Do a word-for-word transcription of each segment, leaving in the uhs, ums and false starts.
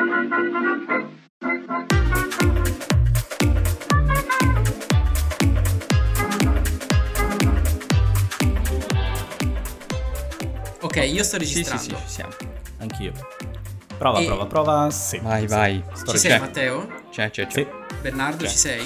Ok, io sto registrando. Sì, sì, sì, ci siamo. Anch'io. Prova, E... prova, prova. Sì. Vai, sì. vai. Sto ci sei, c'è. Matteo? C'è, c'è, c'è. Sì. Bernardo, c'è. Ci sei?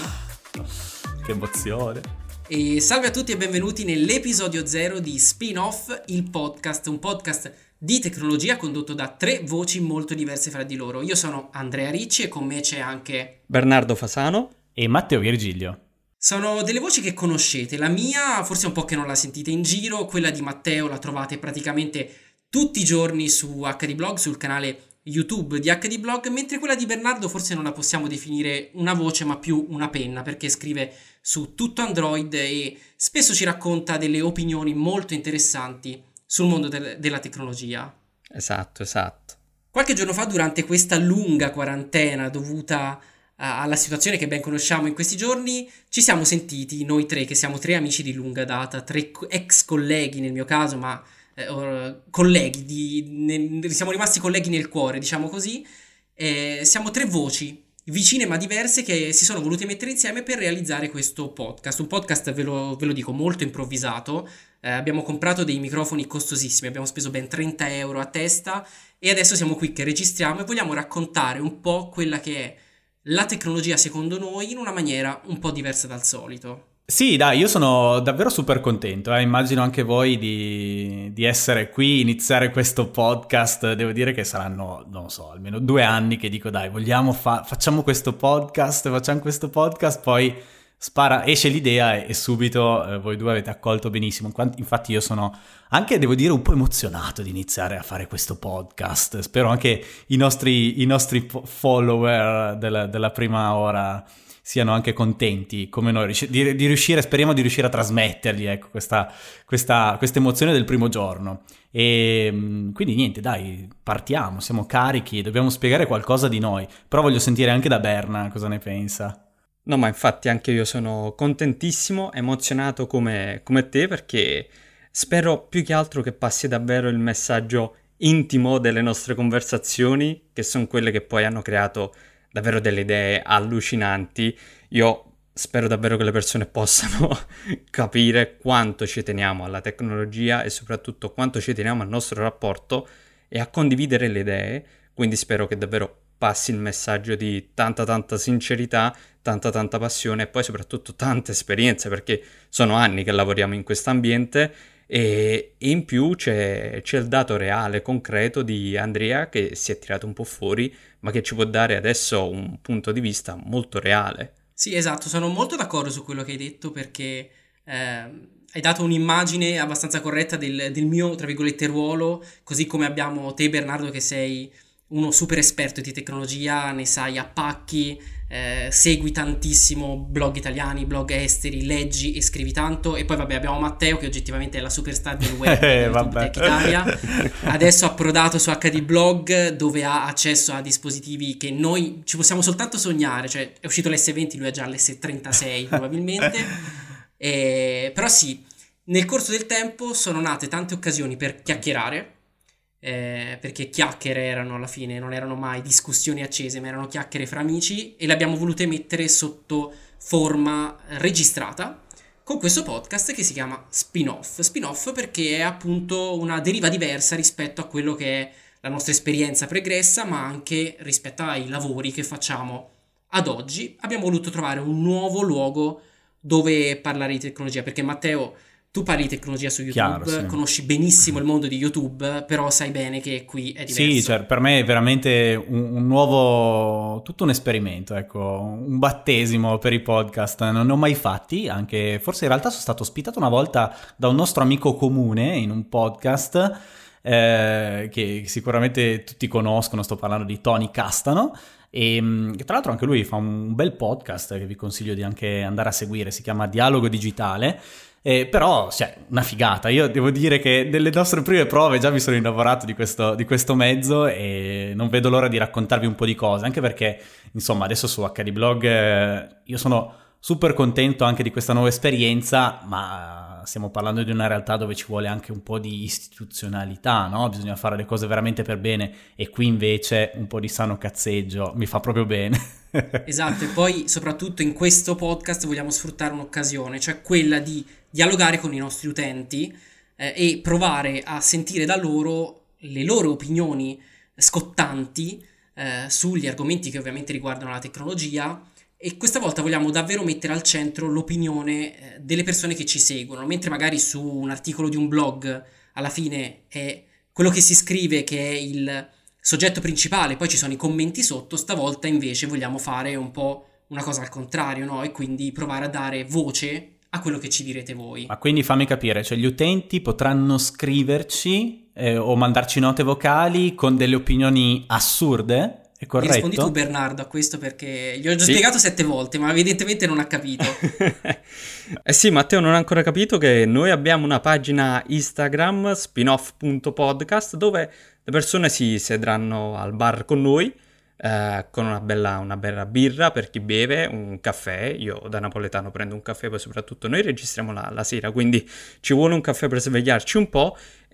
Che emozione. E salve a tutti e benvenuti nell'episodio zero di Spin-Off, il podcast, un podcast di tecnologia condotto da tre voci molto diverse fra di loro. Io sono Andrea Ricci e con me c'è anche Bernardo Fasano e Matteo Virgilio. Sono delle voci che conoscete, la mia forse un po' che non la sentite in giro, quella di Matteo la trovate praticamente tutti i giorni su H D Blog, sul canale YouTube di H D Blog, mentre quella di Bernardo forse non la possiamo definire una voce ma più una penna, perché scrive su tutto Android e spesso ci racconta delle opinioni molto interessanti sul mondo de- della tecnologia. Esatto, esatto. Qualche giorno fa, durante questa lunga quarantena dovuta alla situazione che ben conosciamo in questi giorni, ci siamo sentiti noi tre, che siamo tre amici di lunga data, tre ex colleghi nel mio caso, ma eh, or, colleghi, di, ne, siamo rimasti colleghi nel cuore, diciamo così. Eh, siamo tre voci vicine ma diverse che si sono volute mettere insieme per realizzare questo podcast. Un podcast, ve lo, ve lo dico, molto improvvisato. Eh, abbiamo comprato dei microfoni costosissimi, abbiamo speso ben trenta euro a testa e adesso siamo qui che registriamo e vogliamo raccontare un po' quella che è la tecnologia secondo noi in una maniera un po' diversa dal solito. Sì, dai, io sono davvero super contento, eh. Immagino anche voi di, di essere qui, iniziare questo podcast. Devo dire che saranno, non so, almeno due anni che dico dai, vogliamo fa- facciamo questo podcast, facciamo questo podcast, poi spara, esce l'idea e, e subito eh, voi due avete accolto benissimo. Infatti io sono anche, devo dire, un po' emozionato di iniziare a fare questo podcast. Spero anche i nostri, i nostri follower della, della prima ora siano anche contenti come noi, di, di riuscire, speriamo di riuscire a trasmettergli, ecco, questa, questa, questa emozione del primo giorno. E quindi niente, dai, partiamo, siamo carichi, dobbiamo spiegare qualcosa di noi, però voglio sentire anche da Berna cosa ne pensa. No, ma infatti anche io sono contentissimo, emozionato come, come te, perché spero più che altro che passi davvero il messaggio intimo delle nostre conversazioni, che sono quelle che poi hanno creato davvero delle idee allucinanti. Io spero davvero che le persone possano capire quanto ci teniamo alla tecnologia e soprattutto quanto ci teniamo al nostro rapporto e a condividere le idee, quindi spero che davvero passi il messaggio di tanta tanta sincerità, tanta tanta passione e poi soprattutto tanta esperienza, perché sono anni che lavoriamo in questo ambiente e in più c'è, c'è il dato reale, concreto di Andrea che si è tirato un po' fuori, ma che ci può dare adesso un punto di vista molto reale. Sì, esatto, sono molto d'accordo su quello che hai detto, perché eh, hai dato un'immagine abbastanza corretta del, del mio, tra virgolette, ruolo, così come abbiamo te, Bernardo, che sei uno super esperto di tecnologia, ne sai a pacchi, eh, segui tantissimo blog italiani, blog esteri, leggi e scrivi tanto. E poi vabbè, abbiamo Matteo che oggettivamente è la superstar del web eh, di YouTube Tech Italia, adesso approdato su H D Blog, dove ha accesso a dispositivi che noi ci possiamo soltanto sognare, cioè è uscito l'esse venti, lui ha già l'esse trentasei probabilmente. E, però sì, nel corso del tempo sono nate tante occasioni per chiacchierare, Eh, perché chiacchiere erano alla fine, non erano mai discussioni accese, ma erano chiacchiere fra amici, e le abbiamo volute mettere sotto forma registrata con questo podcast che si chiama Spin-Off. Spin-Off perché è appunto una deriva diversa rispetto a quello che è la nostra esperienza pregressa, ma anche rispetto ai lavori che facciamo ad oggi. Abbiamo voluto trovare un nuovo luogo dove parlare di tecnologia, perché Matteo, tu parli di tecnologia su YouTube, Chiaro, sì. Conosci benissimo il mondo di YouTube, però sai bene che qui è diverso. Sì, cioè, per me è veramente un, un nuovo, tutto un esperimento, ecco, un battesimo per i podcast. Non ne ho mai fatti, anche forse in realtà sono stato ospitato una volta da un nostro amico comune in un podcast eh, che sicuramente tutti conoscono, sto parlando di Tony Castano. E tra l'altro anche lui fa un bel podcast che vi consiglio di anche andare a seguire, si chiama Dialogo Digitale. Eh, però, cioè, una figata. Io devo dire che nelle nostre prime prove già mi sono innamorato di questo, di questo mezzo e non vedo l'ora di raccontarvi un po' di cose, anche perché, insomma, adesso su H D Blog eh, io sono super contento anche di questa nuova esperienza, ma uh, stiamo parlando di una realtà dove ci vuole anche un po' di istituzionalità, no? Bisogna fare le cose veramente per bene, e qui invece un po' di sano cazzeggio mi fa proprio bene. Esatto, e poi soprattutto in questo podcast vogliamo sfruttare un'occasione, cioè quella di dialogare con i nostri utenti eh, e provare a sentire da loro le loro opinioni scottanti eh, sugli argomenti che ovviamente riguardano la tecnologia. E questa volta vogliamo davvero mettere al centro l'opinione eh, delle persone che ci seguono, mentre magari su un articolo di un blog alla fine è quello che si scrive che è il soggetto principale, poi ci sono i commenti sotto. Stavolta invece vogliamo fare un po' una cosa al contrario, no? E quindi provare a dare voce a quello che ci direte voi. Ma quindi fammi capire, cioè gli utenti potranno scriverci eh, o mandarci note vocali con delle opinioni assurde? È corretto? Mi rispondi tu, Bernardo, a questo, perché gli ho già sì. spiegato sette volte, ma evidentemente non ha capito. Eh sì, Matteo non ha ancora capito che noi abbiamo una pagina Instagram, spinoff punto podcast, dove le persone si sedranno al bar con noi, eh, con una bella, una bella birra per chi beve, un caffè. Io da napoletano prendo un caffè, poi soprattutto noi registriamo la, la sera, quindi ci vuole un caffè per svegliarci un po'.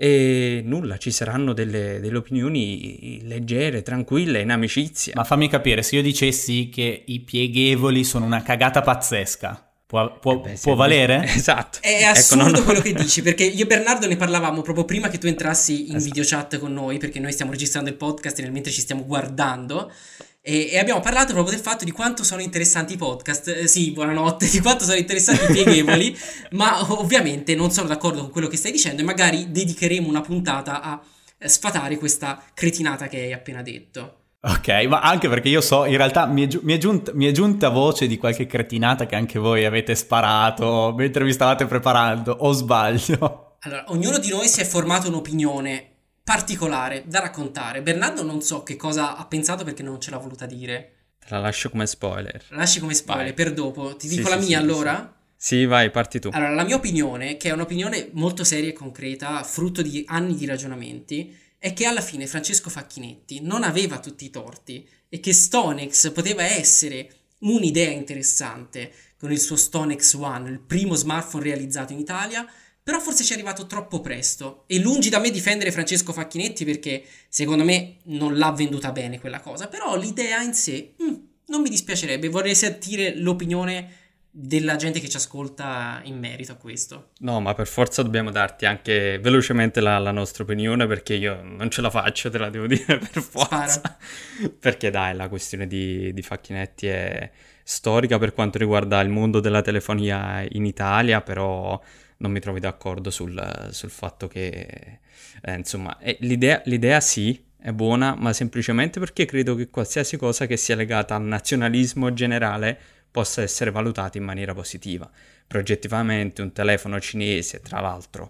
E nulla, ci saranno delle, delle opinioni leggere, tranquille, in amicizia. Ma fammi capire, se io dicessi che i pieghevoli sono una cagata pazzesca, può, può, eh beh, può valere? Esatto. È assurdo ecco, no, no. quello che dici, perché io e Bernardo ne parlavamo proprio prima che tu entrassi in esatto. video chat con noi, perché noi stiamo registrando il podcast e nel mentre ci stiamo guardando. E, e abbiamo parlato proprio del fatto di quanto sono interessanti i podcast, eh, sì, buonanotte, di quanto sono interessanti i pieghevoli, ma ovviamente non sono d'accordo con quello che stai dicendo e magari dedicheremo una puntata a eh, sfatare questa cretinata che hai appena detto. Ok, ma anche perché io so, in realtà mi è, giu- mi è giunta, mi è giunta voce di qualche cretinata che anche voi avete sparato mentre vi stavate preparando, o sbaglio? Allora, ognuno di noi si è formato un'opinione particolare da raccontare. Bernardo non so che cosa ha pensato perché non ce l'ha voluta dire. Te la lascio come spoiler. La lasci come spoiler Vai. per dopo. Ti Sì, dico sì, la sì, mia sì, allora? Sì. Sì, vai, parti tu. Allora, la mia opinione, che è un'opinione molto seria e concreta, frutto di anni di ragionamenti, è che alla fine Francesco Facchinetti non aveva tutti i torti e che Stonex poteva essere un'idea interessante con il suo Stonex One, il primo smartphone realizzato in Italia. Però forse ci è arrivato troppo presto e lungi da me difendere Francesco Facchinetti perché secondo me non l'ha venduta bene quella cosa, però l'idea in sé mm, non mi dispiacerebbe, vorrei sentire l'opinione della gente che ci ascolta in merito a questo. No, ma per forza dobbiamo darti anche velocemente la, la nostra opinione, perché io non ce la faccio, te la devo dire per forza. Spara. Perché dai, la questione di, di Facchinetti è storica per quanto riguarda il mondo della telefonia in Italia, però non mi trovi d'accordo sul, sul fatto che, eh, insomma, è, l'idea, l'idea sì, è buona, ma semplicemente perché credo che qualsiasi cosa che sia legata al nazionalismo generale possa essere valutata in maniera positiva. Progettivamente un telefono cinese, tra l'altro,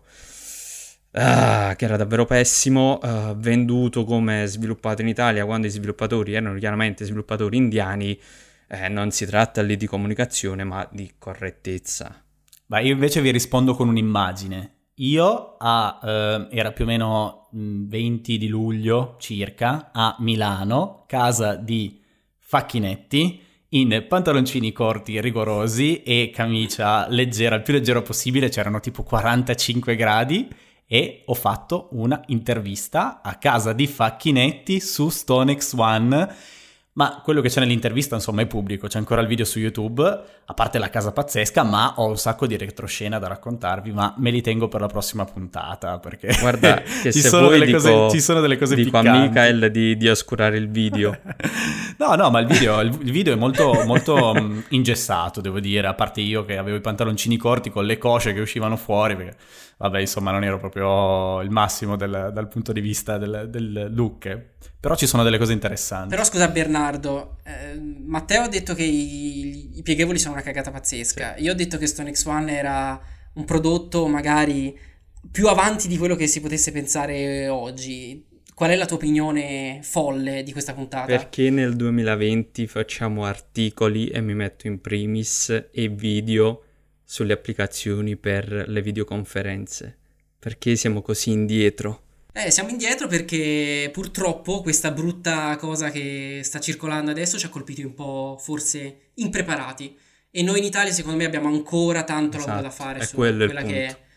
ah, che era davvero pessimo, uh, venduto come sviluppato in Italia quando i sviluppatori erano chiaramente sviluppatori indiani, eh, non si tratta lì di comunicazione, ma di correttezza. Beh, io invece vi rispondo con un'immagine. Io a, eh, era più o meno mh, venti di luglio circa, a Milano, casa di Facchinetti, in pantaloncini corti rigorosi e camicia leggera, il più leggero possibile, c'erano tipo quarantacinque gradi, e ho fatto una intervista a casa di Facchinetti su Stonex One. Ma quello che c'è nell'intervista, insomma, è pubblico, c'è ancora il video su YouTube, a parte la casa pazzesca, ma ho un sacco di retroscena da raccontarvi, ma me li tengo per la prossima puntata, perché guarda che ci, se sono vuoi delle dico, cose, ci sono delle cose dico piccanti. a Michael di, di oscurare il video. No, no, ma il video, il, il video è molto, molto um, ingessato, devo dire, a parte io che avevo i pantaloncini corti con le cosce che uscivano fuori, perché, vabbè, insomma, non ero proprio il massimo del, dal punto di vista del, del look, però ci sono delle cose interessanti. Però scusa Bernardo, eh, Matteo ha detto che i, i pieghevoli sono una cagata pazzesca. Sì. Io ho detto che Stonex One era un prodotto magari più avanti di quello che si potesse pensare oggi. Qual è la tua opinione folle di questa puntata? Perché nel duemilaventi facciamo articoli e mi metto in primis e video sulle applicazioni per le videoconferenze? Perché siamo così indietro? Eh, siamo indietro perché purtroppo questa brutta cosa che sta circolando adesso ci ha colpiti un po' forse impreparati. E noi in Italia secondo me abbiamo ancora tanto Esatto, lavoro da fare è su quello il quella che è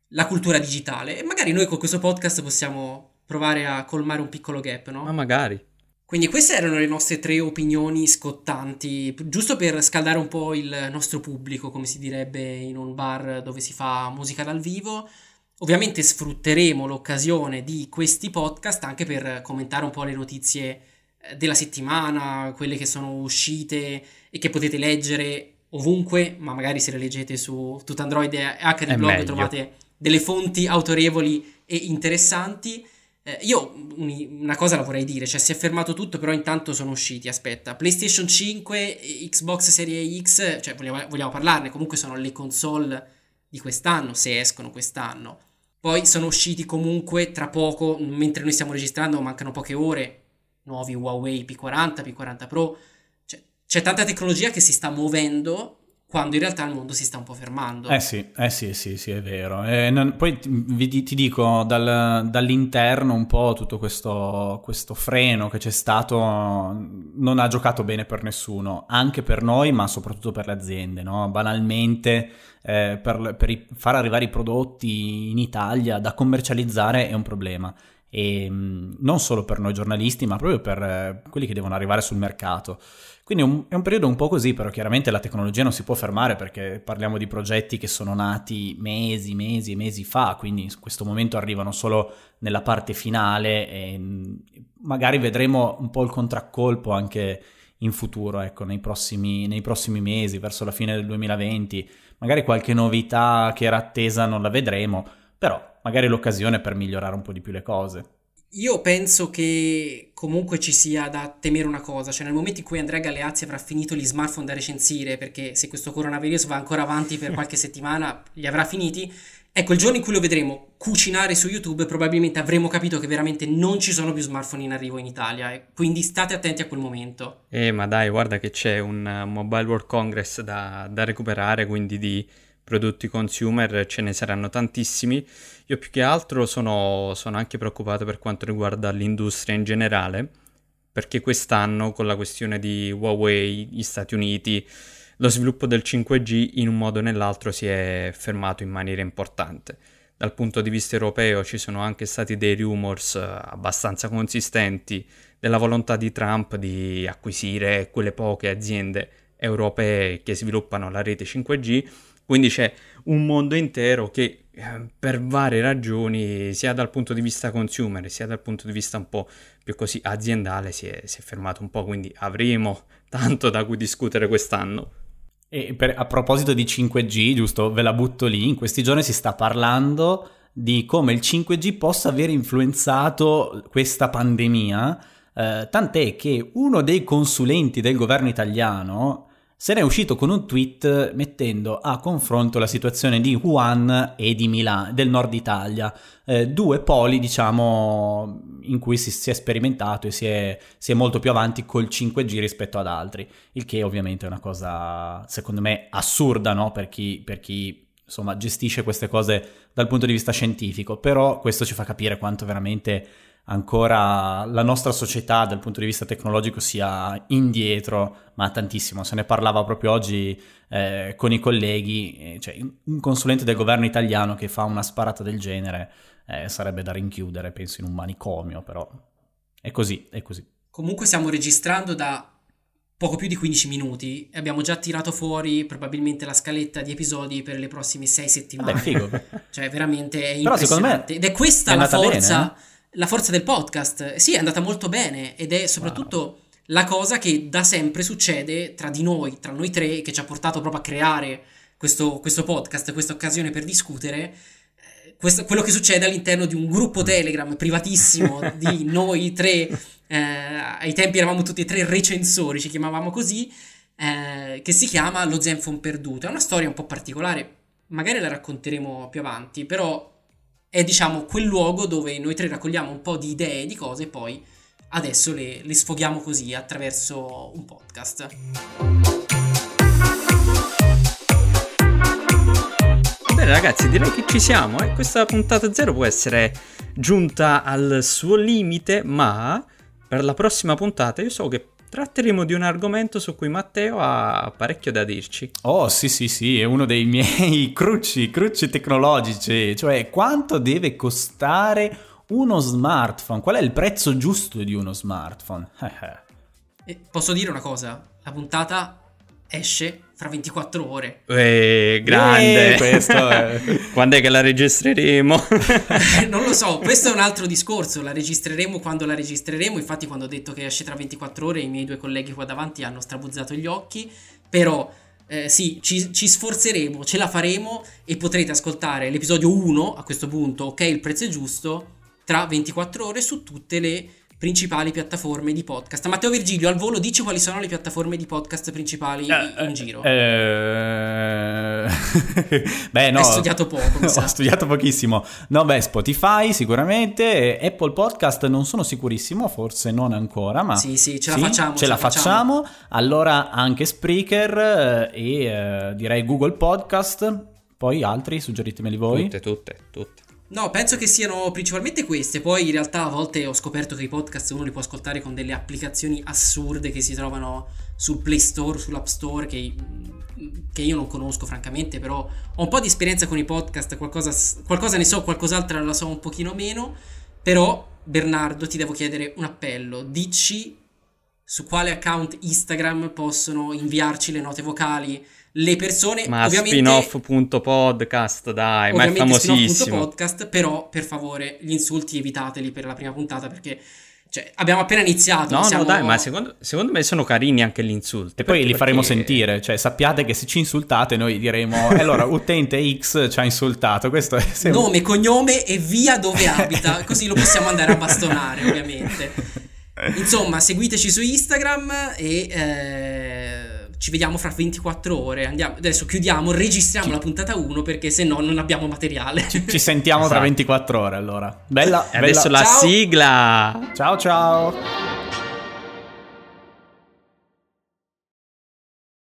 la cultura digitale, e magari noi con questo podcast possiamo provare a colmare un piccolo gap, no? Ma magari. Quindi queste erano le nostre tre opinioni scottanti, giusto per scaldare un po' il nostro pubblico, come si direbbe in un bar dove si fa musica dal vivo. Ovviamente sfrutteremo l'occasione di questi podcast anche per commentare un po' le notizie della settimana, quelle che sono uscite e che potete leggere ovunque, ma magari se le leggete su tutto Android e H D Blog trovate delle fonti autorevoli e interessanti. Eh, io una cosa la vorrei dire, cioè si è fermato tutto, però intanto sono usciti, aspetta, PlayStation cinque, Xbox Series X, cioè vogliamo, vogliamo parlarne, comunque sono le console di quest'anno, se escono quest'anno. Poi sono usciti comunque tra poco, mentre noi stiamo registrando, mancano poche ore, nuovi Huawei P quaranta, P quaranta Pro, cioè, c'è tanta tecnologia che si sta muovendo quando in realtà il mondo si sta un po' fermando. Eh sì, eh sì, sì, sì, è vero. E non, poi ti, ti dico, dal, dall'interno un po' tutto questo, questo freno che c'è stato non ha giocato bene per nessuno, anche per noi, ma soprattutto per le aziende, no? Banalmente, eh, per, per i, far arrivare i prodotti in Italia da commercializzare è un problema. E mh, non solo per noi giornalisti, ma proprio per eh, quelli che devono arrivare sul mercato. Quindi è un, è un periodo un po' così, però chiaramente la tecnologia non si può fermare, perché parliamo di progetti che sono nati mesi, mesi e mesi fa, quindi in questo momento arrivano solo nella parte finale e magari vedremo un po' il contraccolpo anche in futuro, ecco, nei prossimi, nei prossimi mesi, verso la fine del duemilaventi. Magari qualche novità che era attesa non la vedremo, però magari l'occasione per migliorare un po' di più le cose. Io penso che comunque ci sia da temere una cosa, cioè nel momento in cui Andrea Galeazzi avrà finito gli smartphone da recensire, perché se questo coronavirus va ancora avanti per qualche settimana li avrà finiti, ecco, il giorno in cui lo vedremo cucinare su YouTube probabilmente avremo capito che veramente non ci sono più smartphone in arrivo in Italia, e quindi state attenti a quel momento. Eh ma dai, guarda che c'è un Mobile World Congress da, da recuperare, quindi di prodotti consumer ce ne saranno tantissimi. Io più che altro sono, sono anche preoccupato per quanto riguarda l'industria in generale, perché quest'anno con la questione di Huawei, gli Stati Uniti, lo sviluppo del cinque G in un modo o nell'altro si è fermato in maniera importante. Dal punto di vista europeo ci sono anche stati dei rumors abbastanza consistenti della volontà di Trump di acquisire quelle poche aziende europee che sviluppano la rete cinque G. Quindi c'è un mondo intero che eh, per varie ragioni, sia dal punto di vista consumer sia dal punto di vista un po' più così aziendale, si è, si è fermato un po', quindi avremo tanto da cui discutere quest'anno. E per, a proposito di cinque G, giusto, ve la butto lì, in questi giorni si sta parlando di come il cinque G possa aver influenzato questa pandemia, eh, tant'è che uno dei consulenti del governo italiano se ne è uscito con un tweet mettendo a confronto la situazione di Wuhan e di Milano, del nord Italia, eh, due poli, diciamo, in cui si, si è sperimentato e si è, si è molto più avanti col cinque G rispetto ad altri, il che ovviamente è una cosa, secondo me, assurda, no? Per chi, per chi insomma gestisce queste cose dal punto di vista scientifico, però questo ci fa capire quanto veramente ancora la nostra società dal punto di vista tecnologico sia indietro, ma tantissimo. Se ne parlava proprio oggi eh, con i colleghi, eh, cioè un consulente del governo italiano che fa una sparata del genere eh, sarebbe da rinchiudere, penso in un manicomio, però è così, è così. Comunque stiamo registrando da poco più di quindici minuti e abbiamo già tirato fuori probabilmente la scaletta di episodi per le prossime sei settimane. Vabbè, figo. Cioè veramente è però impressionante. Ed è questa è la forza... Bene, eh? La forza del podcast. Sì, è andata molto bene ed è soprattutto wow. la cosa che da sempre succede tra di noi, tra noi tre, che ci ha portato proprio a creare questo, questo podcast, questa occasione per discutere. Questo, quello che succede all'interno di un gruppo Telegram privatissimo di noi tre, eh, ai tempi eravamo tutti e tre recensori, ci chiamavamo così, eh, che si chiama Lo Zenfone Perduto. È una storia un po' particolare, magari la racconteremo più avanti, però è, diciamo, quel luogo dove noi tre raccogliamo un po' di idee, di cose, e poi adesso le, le sfoghiamo così attraverso un podcast. Bene ragazzi, direi che ci siamo, eh? Questa puntata zero può essere giunta al suo limite, ma per la prossima puntata io so che tratteremo di un argomento su cui Matteo ha parecchio da dirci. Oh sì sì sì, è uno dei miei crucci, crucci tecnologici, cioè quanto deve costare uno smartphone, qual è il prezzo giusto di uno smartphone? E posso dire una cosa, la puntata esce fra ventiquattro ore. Eeeh, grande! Eh, questo è... Quando è che la registreremo? Non lo so, questo è un altro discorso, la registreremo quando la registreremo, infatti quando ho detto che esce tra ventiquattro ore i miei due colleghi qua davanti hanno strabuzzato gli occhi, però eh, sì, ci, ci sforzeremo, ce la faremo e potrete ascoltare l'episodio uno a questo punto, ok, il prezzo è giusto, tra ventiquattro ore su tutte le principali piattaforme di podcast. Matteo Virgilio, al volo, dici quali sono le piattaforme di podcast principali eh, in giro. Eh... beh, no, hai studiato poco, mi sa. Ho studiato pochissimo. No, beh, Spotify sicuramente, Apple Podcast non sono sicurissimo, forse non ancora, ma sì, sì, ce la sì, facciamo. Ce, ce la facciamo. facciamo. Allora anche Spreaker e eh, direi Google Podcast. Poi altri, suggeritemeli voi. Tutte, tutte, tutte. No, penso che siano principalmente queste. Poi in realtà a volte ho scoperto che i podcast uno li può ascoltare con delle applicazioni assurde che si trovano sul Play Store, sull'App Store, che, che io non conosco francamente, però ho un po' di esperienza con i podcast, qualcosa, qualcosa ne so, qualcos'altra la so un pochino meno. Però Bernardo, ti devo chiedere un appello, dici su quale account Instagram possono inviarci le note vocali le persone, ma ovviamente spinoff.podcast, dai, ma è famosissimo. Podcast, però per favore gli insulti evitateli per la prima puntata, perché cioè, abbiamo appena iniziato. No, siamo... no, dai, ma secondo, secondo me sono carini anche gli insulti. E poi li faremo perché... sentire, cioè sappiate che se ci insultate noi diremo allora utente X ci ha insultato, questo è sempre... nome, cognome e via dove abita, così lo possiamo andare a bastonare ovviamente. Insomma, seguiteci su Instagram e eh, ci vediamo fra ventiquattro ore. Andiamo, adesso chiudiamo, registriamo ci... la puntata uno perché se no non abbiamo materiale. Ci, ci sentiamo esatto. tra ventiquattro ore allora. Bella, e bella. Adesso la ciao. Sigla. Ciao ciao.